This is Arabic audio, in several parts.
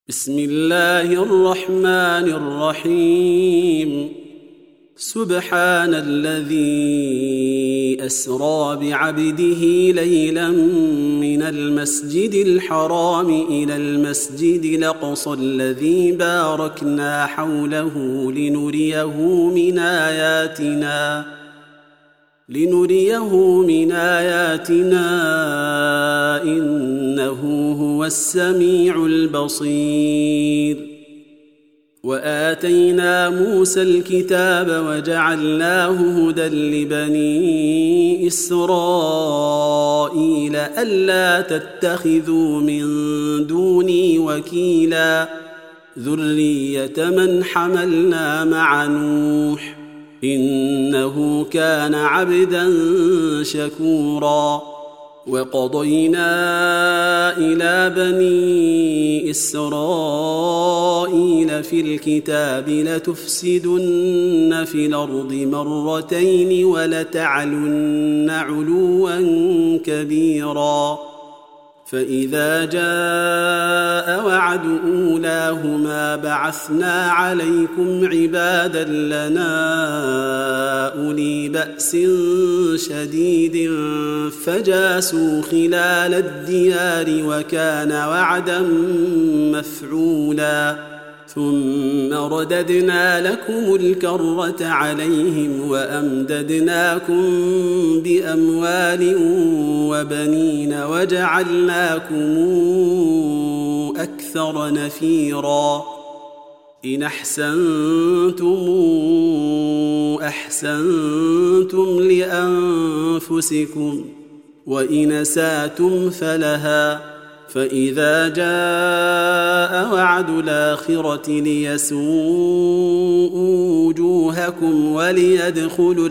بسم الله الرحمن الرحيم. سبحان الذي أسرى بعبده ليلا من المسجد الحرام إلى المسجد الأقصى الذي باركنا حوله لنريه من آياتنا إنه هو السميع البصير. وآتينا موسى الكتاب وجعلناه هدى لبني إسرائيل ألا تتخذوا من دوني وكيلا ذرية من حملنا مع نوح إنه كان عبدا شكورا. وقضينا إلى بني إسرائيل في الكتاب لتفسدن في الأرض مرتين ولتعلن علوا كبيرا. فإذا جاء وعد أولاهما بعثنا عليكم عبادا لنا أولي بأس شديد فجاسوا خلال الديار وكان وعدا مفعولا. ثم رددنا لكم الكرة عليهم وأمددناكم بأموال وبنين وجعلناكم أكثر نفيرا. إن أحسنتم لأنفسكم وإن أسأتم فلها. فإذا جاء وعد الآخرة ليسوءوا وجوهكم وليدخلوا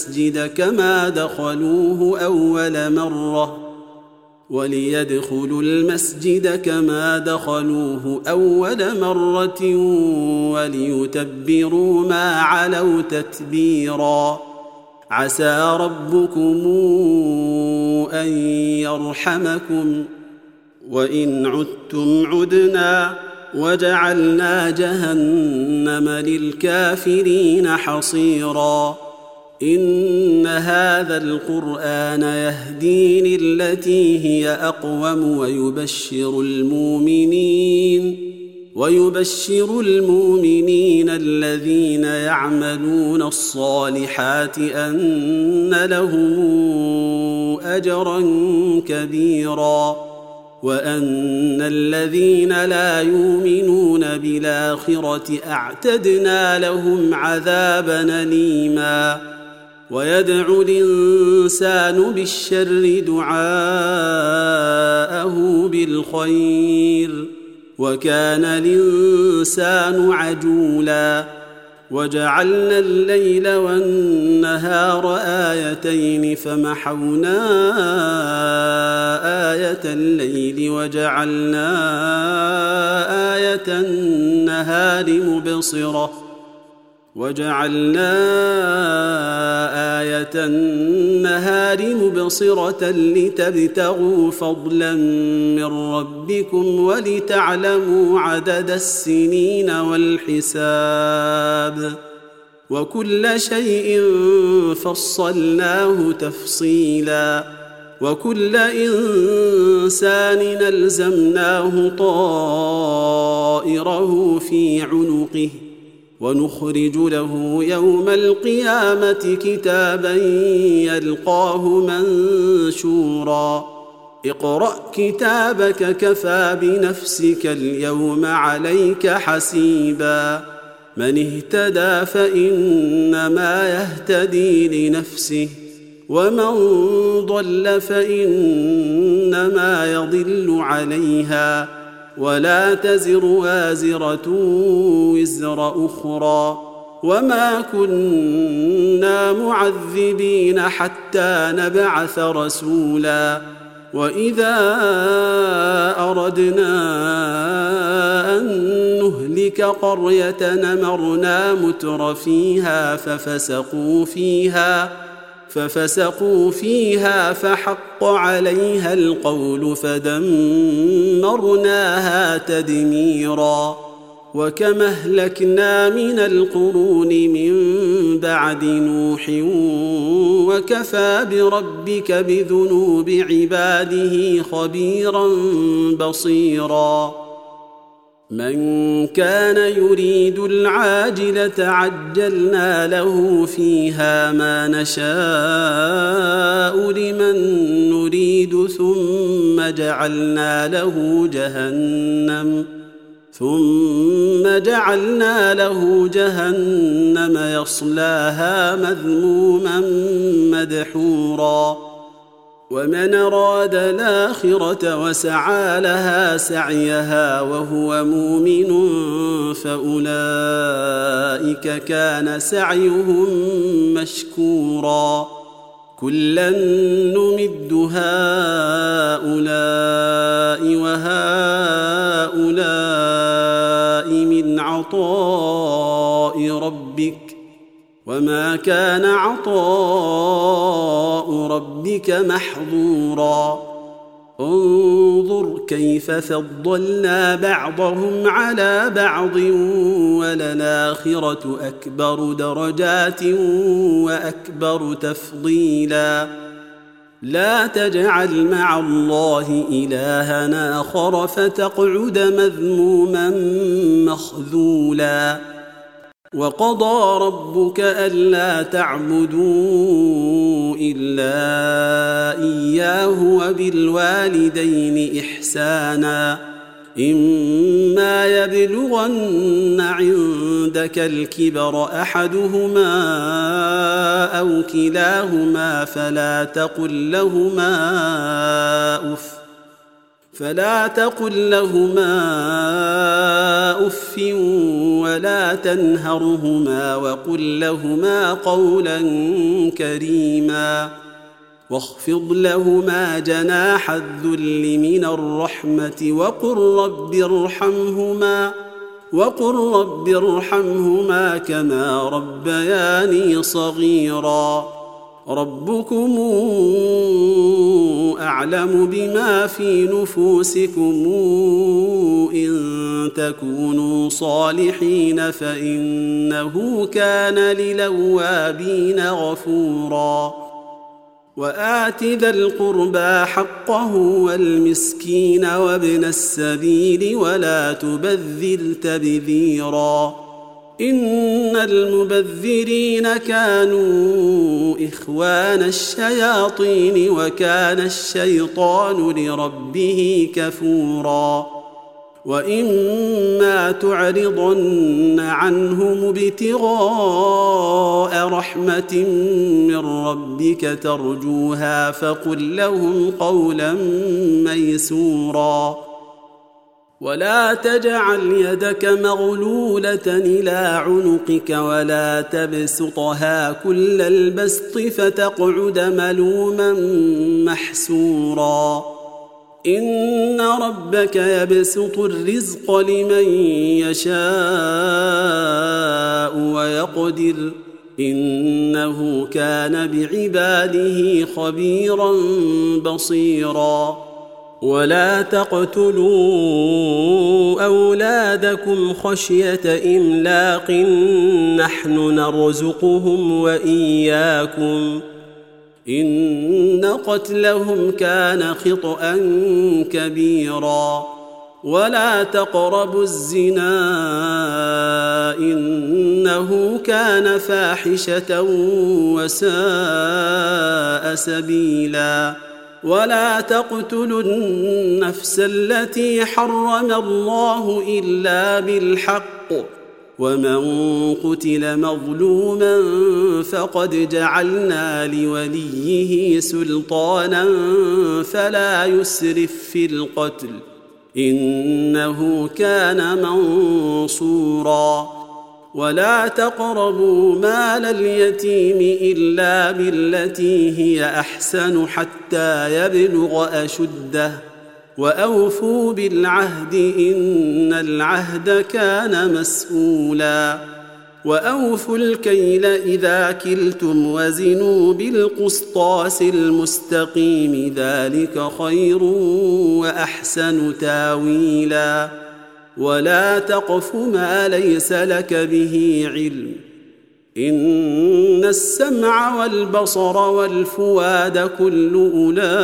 المسجد كما دخلوه أول مرة وليتبروا ما علوا تتبيرا. عسى ربكم أن يرحمكم وإن عدتم عدنا وجعلنا جهنم للكافرين حصيرا. إن هذا القرآن يهدي للتي هي أقوم ويبشر المؤمنين الذين يعملون الصالحات أن لهم أجرا كبيرا وأن الذين لا يؤمنون بالآخرة أعتدنا لهم عذابا أليما. ويدعو الإنسان بالشر دعاءه بالخير وكان الإنسان عجولا. وجعلنا الليل والنهار آيتين فمحونا آية الليل وجعلنا آية النهار مبصرة لتبتغوا فضلا من ربكم ولتعلموا عدد السنين والحساب وكل شيء فصلناه تفصيلا. وكل إنسان ألزمناه طائره في عنقه ونخرج له يوم القيامة كتابا يلقاه منشورا. اقرأ كتابك كفى بنفسك اليوم عليك حسيبا. من اهتدى فإنما يهتدي لنفسه ومن ضل فإنما يضل عليها ولا تزر وازرة وزر أخرى وما كنا معذبين حتى نبعث رسولا. وإذا أردنا أن نهلك قرية أمرنا متر فيها ففسقوا فيها فحق عليها القول فدمرناها تدميرا. وكم أهلكنا من القرون من بعد نوح وكفى بربك بذنوب عباده خبيرا بصيرا. من كان يريد العاجلة عجلنا له فيها ما نشاء لمن نريد ثم جعلنا له جهنم يصلاها مذموما مدحورا. ومن أراد الآخرة وسعى لها سعيها وهو مؤمن فأولئك كان سعيهم مشكورا. كلا نمد هؤلاء وهؤلاء من عطاء ربك وما كان عطاء ربك محظورا. انظر كيف فضلنا بعضهم على بعض وللآخرة أكبر درجات وأكبر تفضيلا. لا تجعل مع الله إلها آخر فتقعد مذموما مخذولا. وقضى ربك ألا تعبدوا إلا إياه وبالوالدين إحسانا. إما يبلغن عندك الكبر أحدهما أو كلاهما فلا تقل لهما أف ولا تنهرهما وقل لهما قولا كريما. واخفض لهما جناح الذل من الرحمة وقل رب ارحمهما كما ربياني صغيرا. ربكم أعلم بما في نفوسكم إن تكونوا صالحين فإنه كان للأوابين غفورا. وآت ذا القربى حقه والمسكين وابن السبيل ولا تبذر تبذيرا. إن المبذرين كانوا إخوان الشياطين وكان الشيطان لربه كفورا. وإما تعرضن عنهم ابتغاء رحمة من ربك ترجوها فقل لهم قولا ميسورا. ولا تجعل يدك مغلولة إلى عنقك ولا تبسطها كل البسط فتقعد ملوما محسورا. إن ربك يبسط الرزق لمن يشاء ويقدر إنه كان بعباده خبيرا بصيرا. ولا تقتلوا أولادكم خشية إملاق نحن نرزقهم وإياكم إن قتلهم كان خطأ كبيرا. ولا تقربوا الزنا إنه كان فاحشة وساء سبيلا. ولا تقتلوا النفس التي حرم الله إلا بالحق ومن قتل مظلوما فقد جعلنا لوليه سلطانا فلا يسرف في القتل إنه كان منصورا. ولا تقربوا مال اليتيم إلا بالتي هي أحسن حتى يبلغ أشده وأوفوا بالعهد إن العهد كان مسؤولا. وأوفوا الكيل إذا كلتم وزنوا بالقسطاس المستقيم ذلك خير وأحسن تاويلا ولا تقف ما ليس لك به علم إن السمع والبصر والفؤاد كل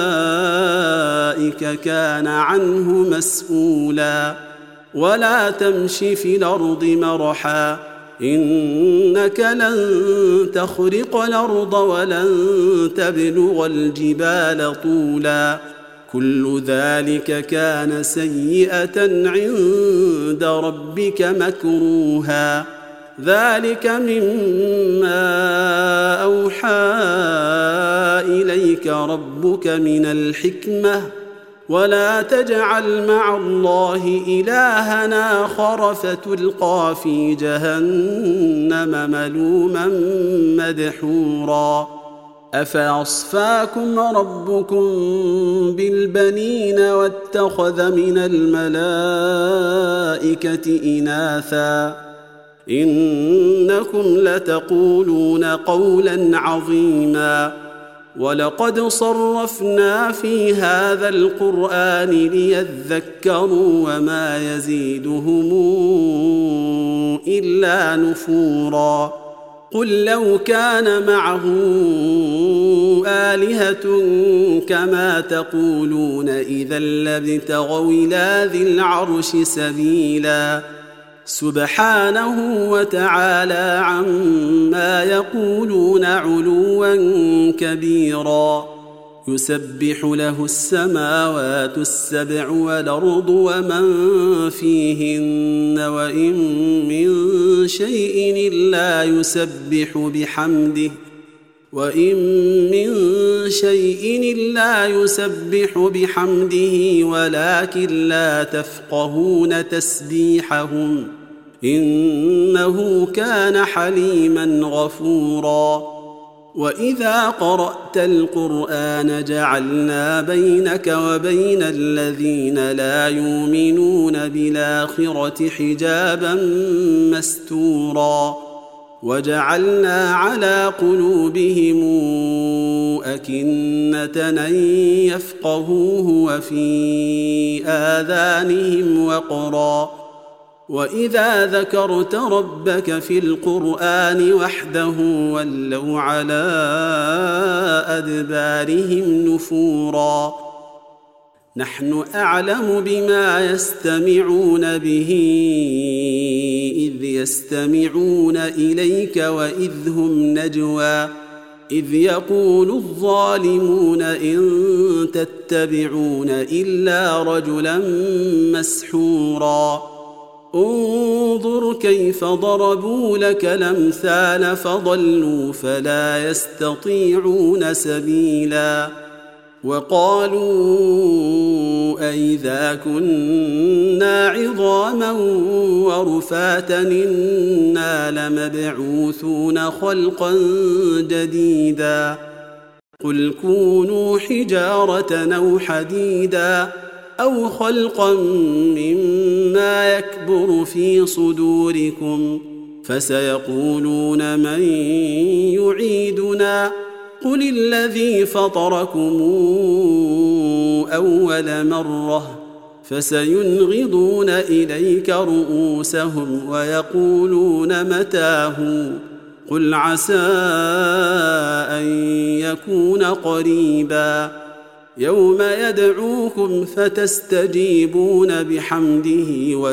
أولئك كان عنه مسؤولا ولا تمش في الأرض مرحا إنك لن تخرق الأرض ولن تبلغ الجبال طولا كل ذلك كان سيئة عند ربك مكروها ذلك مما أوحى إليك ربك من الحكمة ولا تجعل مع الله إلها آخر فتلقى في جهنم ملوما مدحورا أفأصفاكم ربكم بالبنين واتخذ من الملائكة إناثا إنكم لتقولون قولا عظيما ولقد صرفنا في هذا القرآن ليذكروا وما يزيدهم إلا نفورا قل لو كان معه آلهة كما تقولون إذا لابتغوا إلى ذي العرش سبيلا سبحانه وتعالى عما يقولون علوا كبيرا يسبح له السماوات السبع والأرض ومن فيهن وإن من شيء إلا يسبح بحمده ولكن لا تفقهون تسبيحهم إنه كان حليما غفورا وإذا قرأت القرآن جعلنا بينك وبين الذين لا يؤمنون بالآخرة حجابا مستورا وجعلنا على قلوبهم أكنة أن يفقهوه وفي آذانهم وقرا وإذا ذكرت ربك في القرآن وحده ولوا على أدبارهم نفورا نحن أعلم بما يستمعون به إذ يستمعون إليك وإذ هم نجوى إذ يقول الظالمون إن تتبعون إلا رجلا مسحورا انظر كيف ضربوا لك الأمثال فضلوا فلا يستطيعون سبيلا وقالوا أئذا كنا عظاما ورفاتا إنا لمبعوثون خلقا جديدا قل كونوا حجارة أو حديدا أو خلقا مما يكبر في صدوركم فسيقولون من يعيدنا قل الذي فطركم أول مرة فسينغضون إليك رؤوسهم ويقولون متاه قل عسى أن يكون قريبا يوم يدعوكم فتستجيبون بحمده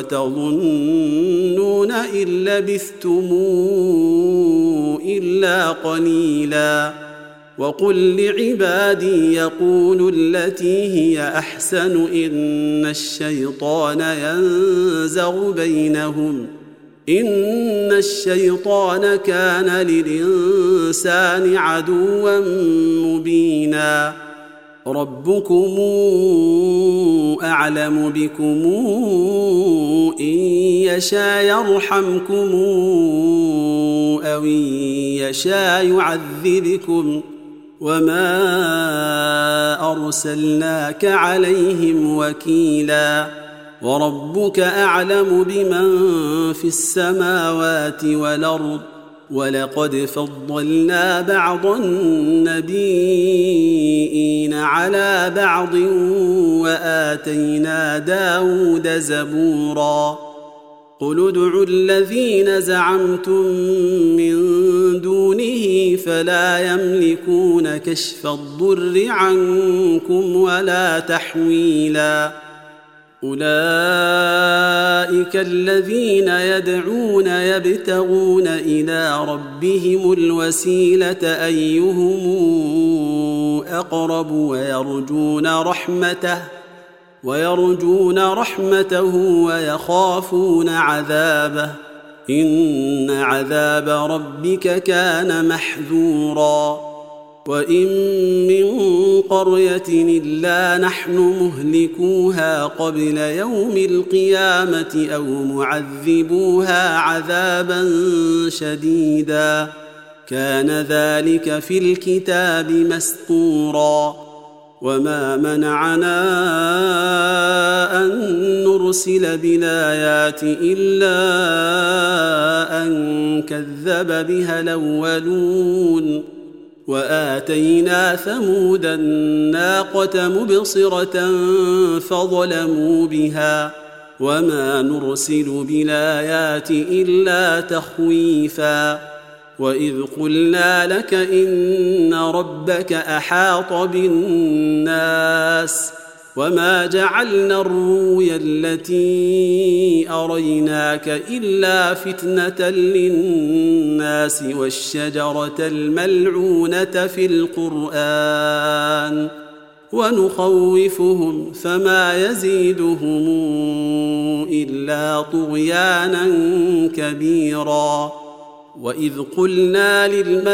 وتظنون إن لبثتم إلا قليلا وقل لعبادي يقولوا التي هي أحسن إن الشيطان ينزغ بينهم إن الشيطان كان للإنسان عدوا مبينا ربكم أعلم بكم إن يشاء يرحمكم أو إن يشاء يعذبكم وما أرسلناك عليهم وكيلا وربك أعلم بمن في السماوات والأرض ولقد فضلنا بعض النبيين على بعض وآتينا داود زبورا قل ادعوا الذين زعمتم من دونه فلا يملكون كشف الضر عنكم ولا تحويلا أولئك الذين يدعون يبتغون إلى ربهم الوسيلة أيهم أقرب ويرجون رحمته ويخافون عذابه إن عذاب ربك كان محذورا وإن من قرية إلا نحن مهلكوها قبل يوم القيامة أو معذبوها عذابا شديدا كان ذلك في الكتاب مسطورا وما منعنا أن نرسل بالآيات إلا أن كذب بها الأولون وآتينا ثمود الناقة مبصرة فظلموا بها وما نرسل بالآيات إلا تخويفا وإذ قلنا لك إن ربك أحاط بالناس وما جعلنا الرؤيا التي أريناك إلا فتنة للناس والشجرة الملعونة في القرآن ونخوفهم فما يزيدهم إلا طغيانا كبيرا وإذ قلنا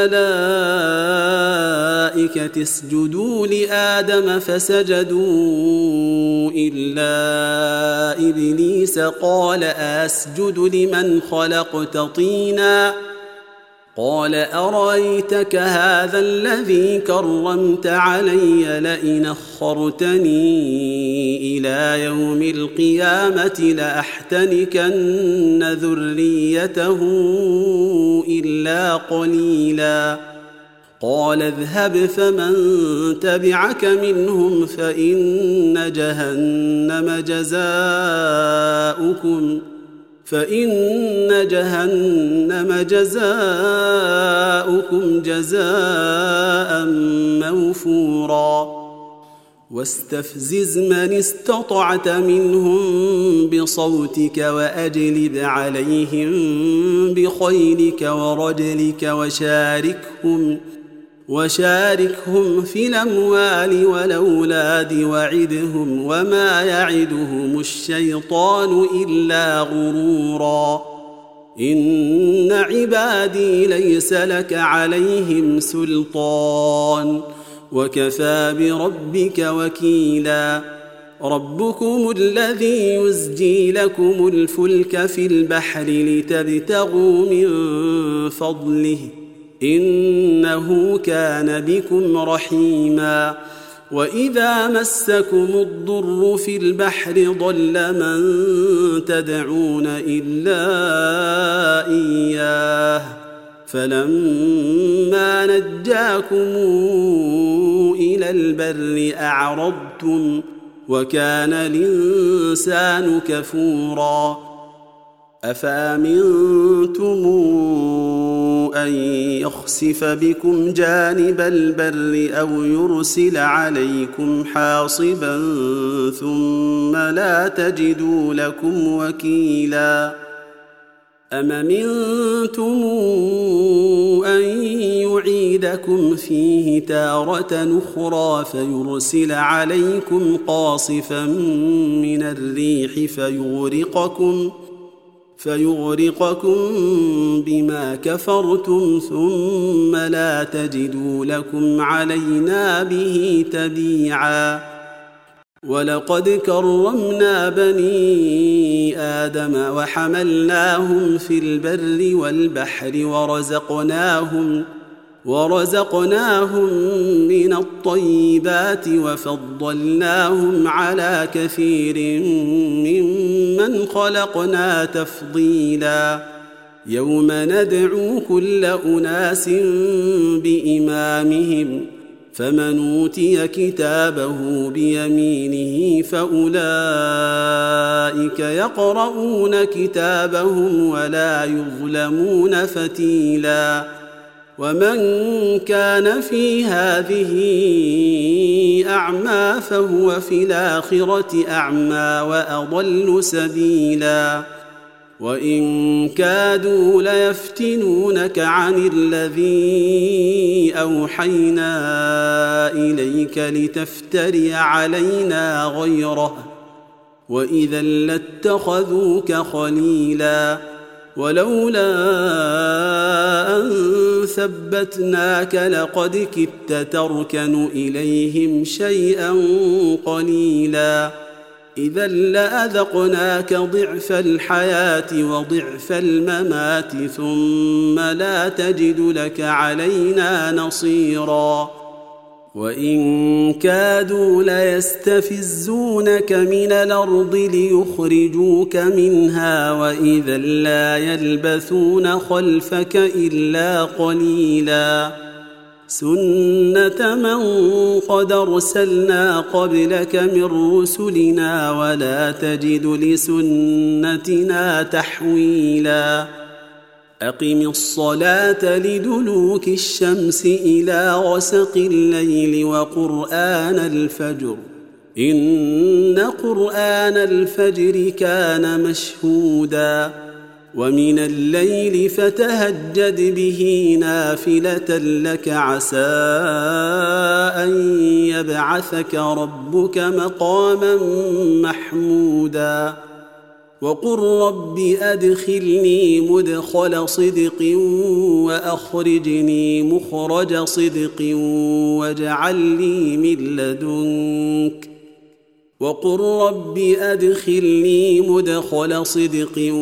للملائكة اسجدوا لآدم فسجدوا إلا إبليس قال أسجد لمن خلقت طينا قال أرأيتك هذا الذي كرمت علي لئن أخرتني إلى يوم القيامة لأحتنكن ذريته إلا قليلا قال اذهب فمن تبعك منهم فإن جهنم جزاؤكم جزاء موفورا واستفزز من استطعت منهم بصوتك وأجلب عليهم بخيلك ورجلك وشاركهم في الأموال والأولاد وعدهم وما يعدهم الشيطان إلا غرورا إن عبادي ليس لك عليهم سلطان وكفى بربك وكيلا ربكم الذي يزجي لكم الفلك في البحر لتبتغوا من فضله إنه كان بكم رحيما وإذا مسكم الضر في البحر ضل من تدعون إلا إياه فلما نجاكم إلى البر أعرضتم وكان الإنسان كفورا أفأمنتم أن يخسف بكم جانب البر أو يرسل عليكم حاصبا ثم لا تجدوا لكم وكيلا أم أمنتم أن يعيدكم فيه تارة أخرى فيرسل عليكم قاصفا من الريح فيغرقكم بما كفرتم ثم لا تجدوا لكم علينا به تبيعا ولقد كرمنا بني آدم وحملناهم في البر والبحر ورزقناهم من الطيبات وفضلناهم على كثير ممن خلقنا تفضيلا يوم ندعو كل أناس بإمامهم فمن أوتي كتابه بيمينه فأولئك يقرؤون كتابهم ولا يظلمون فتيلا ومن كان في هذه أعمى فهو في الآخرة أعمى وأضل سبيلا وإن كادوا ليفتنونك عن الذي أوحينا إليك لتفتري علينا غيره وإذا لاتخذوك خليلا ولولا أن ثبتناك لقد كدت تركن إليهم شيئا قليلا إذا لأذقناك ضعف الحياة وضعف الممات ثم لا تجد لك علينا نصيرا وإن كادوا ليستفزونك من الأرض ليخرجوك منها وإذا لا يلبثون خلفك إلا قليلا سنة من قد أرسلنا قبلك من رسلنا ولا تجد لسنتنا تحويلا أقم الصلاة لدلوك الشمس إلى غسق الليل وقرآن الفجر إن قرآن الفجر كان مشهودا ومن الليل فتهجد به نافلة لك عسى أن يبعثك ربك مقاما محمودا وقل رب أدخلني مدخل صدق وأخرجني مخرج صدق واجعل لي من لدنك وقل رب أدخلني مدخل صدق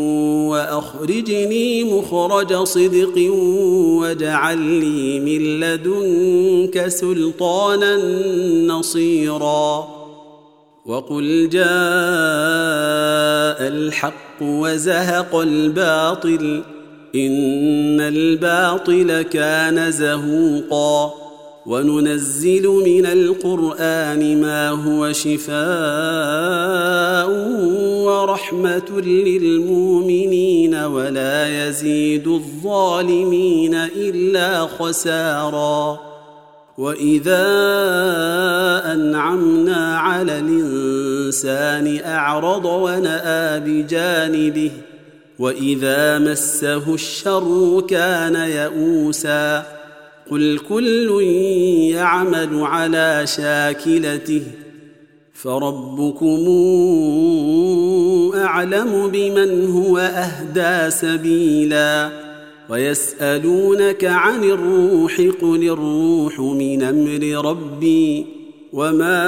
وأخرجني مخرج صدق واجعل لي من لدنك سلطانا نصيرا وقل جاء الحق وزهق الباطل إن الباطل كان زهوقا وننزل من القرآن ما هو شفاء ورحمة للمؤمنين ولا يزيد الظالمين إلا خسارا وإذا أنعمنا على الإنسان أعرض ونأى بجانبه وإذا مسه الشر كان يئوسا قل كل يعمل على شاكلته فربكم أعلم بمن هو أهدى سبيلا ويسألونك عن الروح قل الروح من أمر ربي وما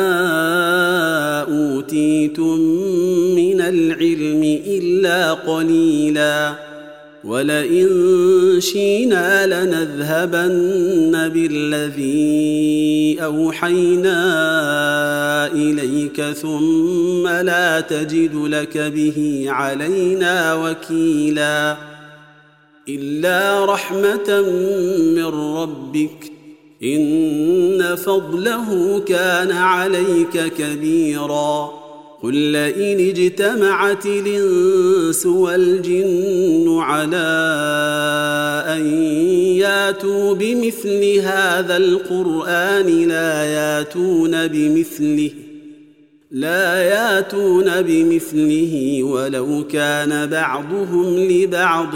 أوتيتم من العلم إلا قليلا ولئن شئنا لنذهبن بالذي أوحينا إليك ثم لا تجد لك به علينا وكيلا إلا رحمة من ربك إن فضله كان عليك كبيرا قل لئن اجتمعت الإنس والجن على أن ياتوا بمثل هذا القرآن لا ياتون بمثله ولو كان بعضهم لبعض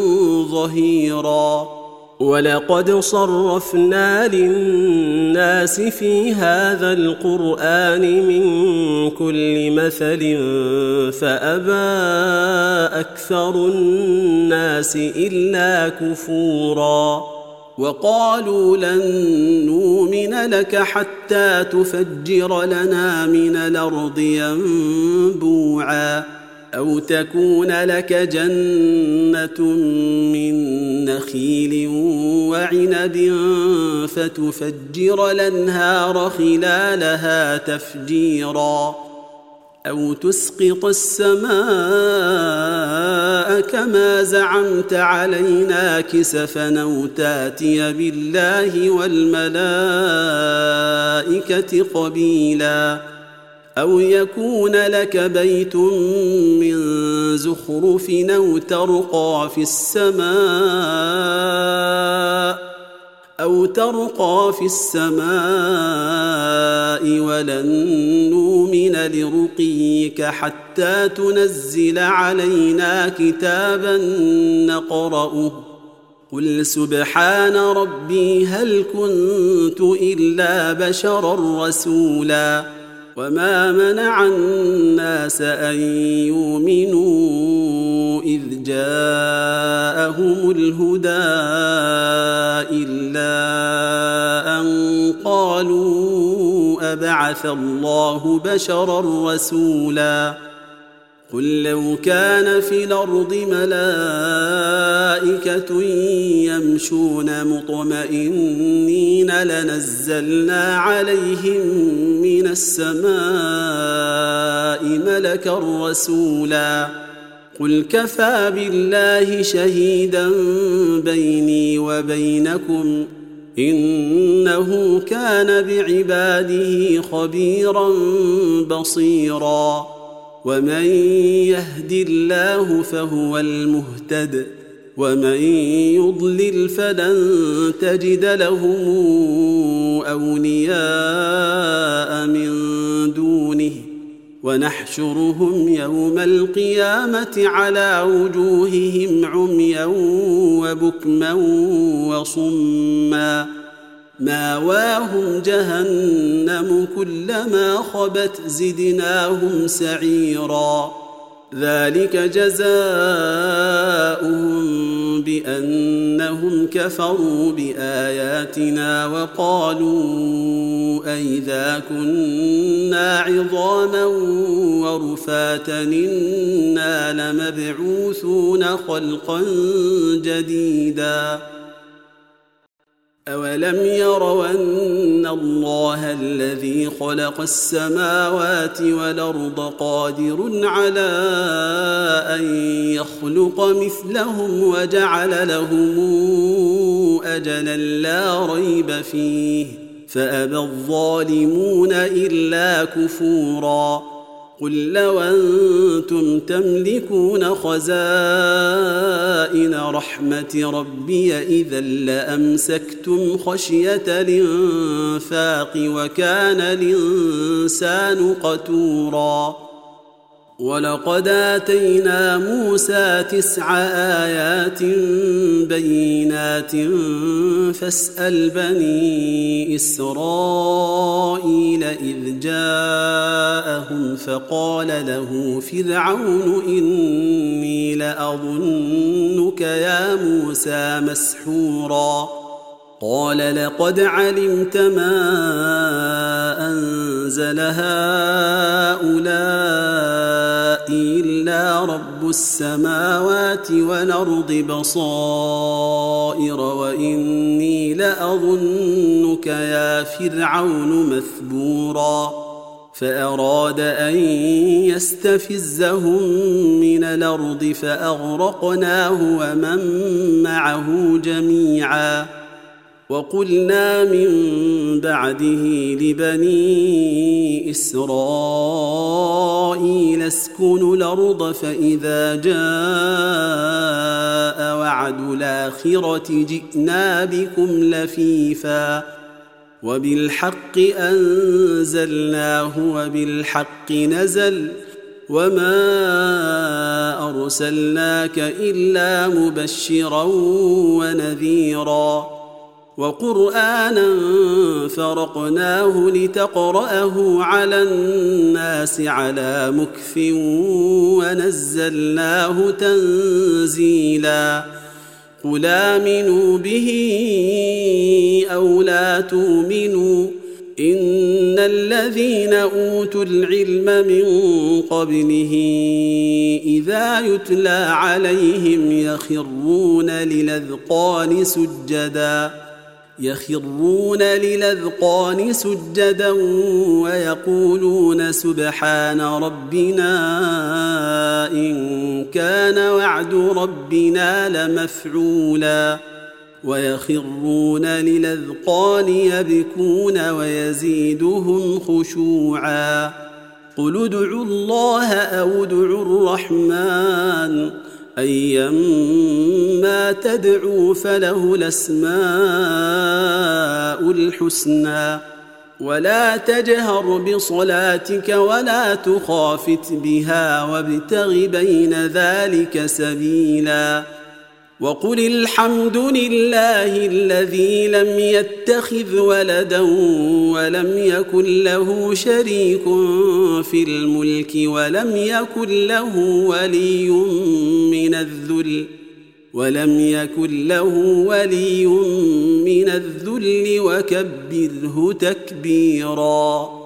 ظهيرا ولقد صرفنا للناس في هذا القرآن من كل مثل فأبى أكثر الناس إلا كفورا وقالوا لن نؤمن لك حتى تفجر لنا من الأرض ينبوعا أو تكون لك جنة من نخيل وعنب فتفجر الأنهار خلالها تفجيرا أو تسقط السماء كما زعمت علينا كسفا أو تاتي بالله والملائكة قبيلا أو يكون لك بيت من زخرف أو ترقى في السماء ولن نؤمن لرقيك حتى تنزل علينا كتابا نقرأه قل سبحان ربي هل كنت إلا بشرا رسولا وما منع الناس أن يؤمنوا إذ جاءهم الهدى إلا أن قالوا أبعث الله بشرا رسولا قل لو كان في الأرض ملائكة يمشون مطمئنين لنزلنا عليهم من السماء ملكا رسولا قل كفى بالله شهيدا بيني وبينكم إنه كان بعباده خبيرا بصيرا ومن يهد الله فهو المهتد ومن يضلل فلن تجد لهم أولياء من دونه ونحشرهم يوم القيامة على وجوههم عميا وبكما وصما ماواهم جهنم كلما خبت زدناهم سعيرا ذلك جزاؤهم بأنهم كفروا بآياتنا وقالوا أئذا كنا عظاما ورفاتا إنا لمبعوثون خلقا جديدا أولم يروا أن الله الذي خلق السماوات والأرض قادر على أن يخلق مثلهم وجعل لهم أجلا لا ريب فيه فأبى الظالمون إلا كفورا قل لو أنتم تملكون خزائن رحمة ربي إذا لأمسكتم خشية الإنفاق وكان الإنسان قتورا ولقد آتينا موسى 9 آيات بينات فاسأل بني إسرائيل إذ جاءهم فقال له فرعون إني لأظنك يا موسى مسحورا قال لقد علمت ما أنزل هؤلاء إلا رب السماوات والأرض بصائر وإني لأظنك يا فرعون مثبورا فأراد أن يستفزهم من الأرض فأغرقناه ومن معه جميعا وقلنا من بعده لبني إسرائيل اسكنوا الأرض فإذا جاء وعد الآخرة جئنا بكم لفيفا وبالحق أنزلناه وبالحق نزل وما أرسلناك إلا مبشرا ونذيرا وقرآنا فرقناه لتقرأه على الناس على مكث ونزلناه تنزيلا قل آمنوا به أو لا تؤمنوا إن الذين أوتوا العلم من قبله إذا يتلى عليهم يخرون للأذقان سجدا ويقولون سبحان ربنا إن كان وعد ربنا لمفعولا ويخرون للأذقان يبكون ويزيدهم خشوعا قل ادعوا الله أو ادعوا الرحمن أيما تدعوا فله الأسماء الحسنى ولا تجهر بصلاتك ولا تخافت بها وابتغ بين ذلك سبيلا وقل الحمد لله الذي لم يتخذ ولدا ولم يكن له شريك في الملك ولم يكن له ولي من الذل وكبره تكبيرا.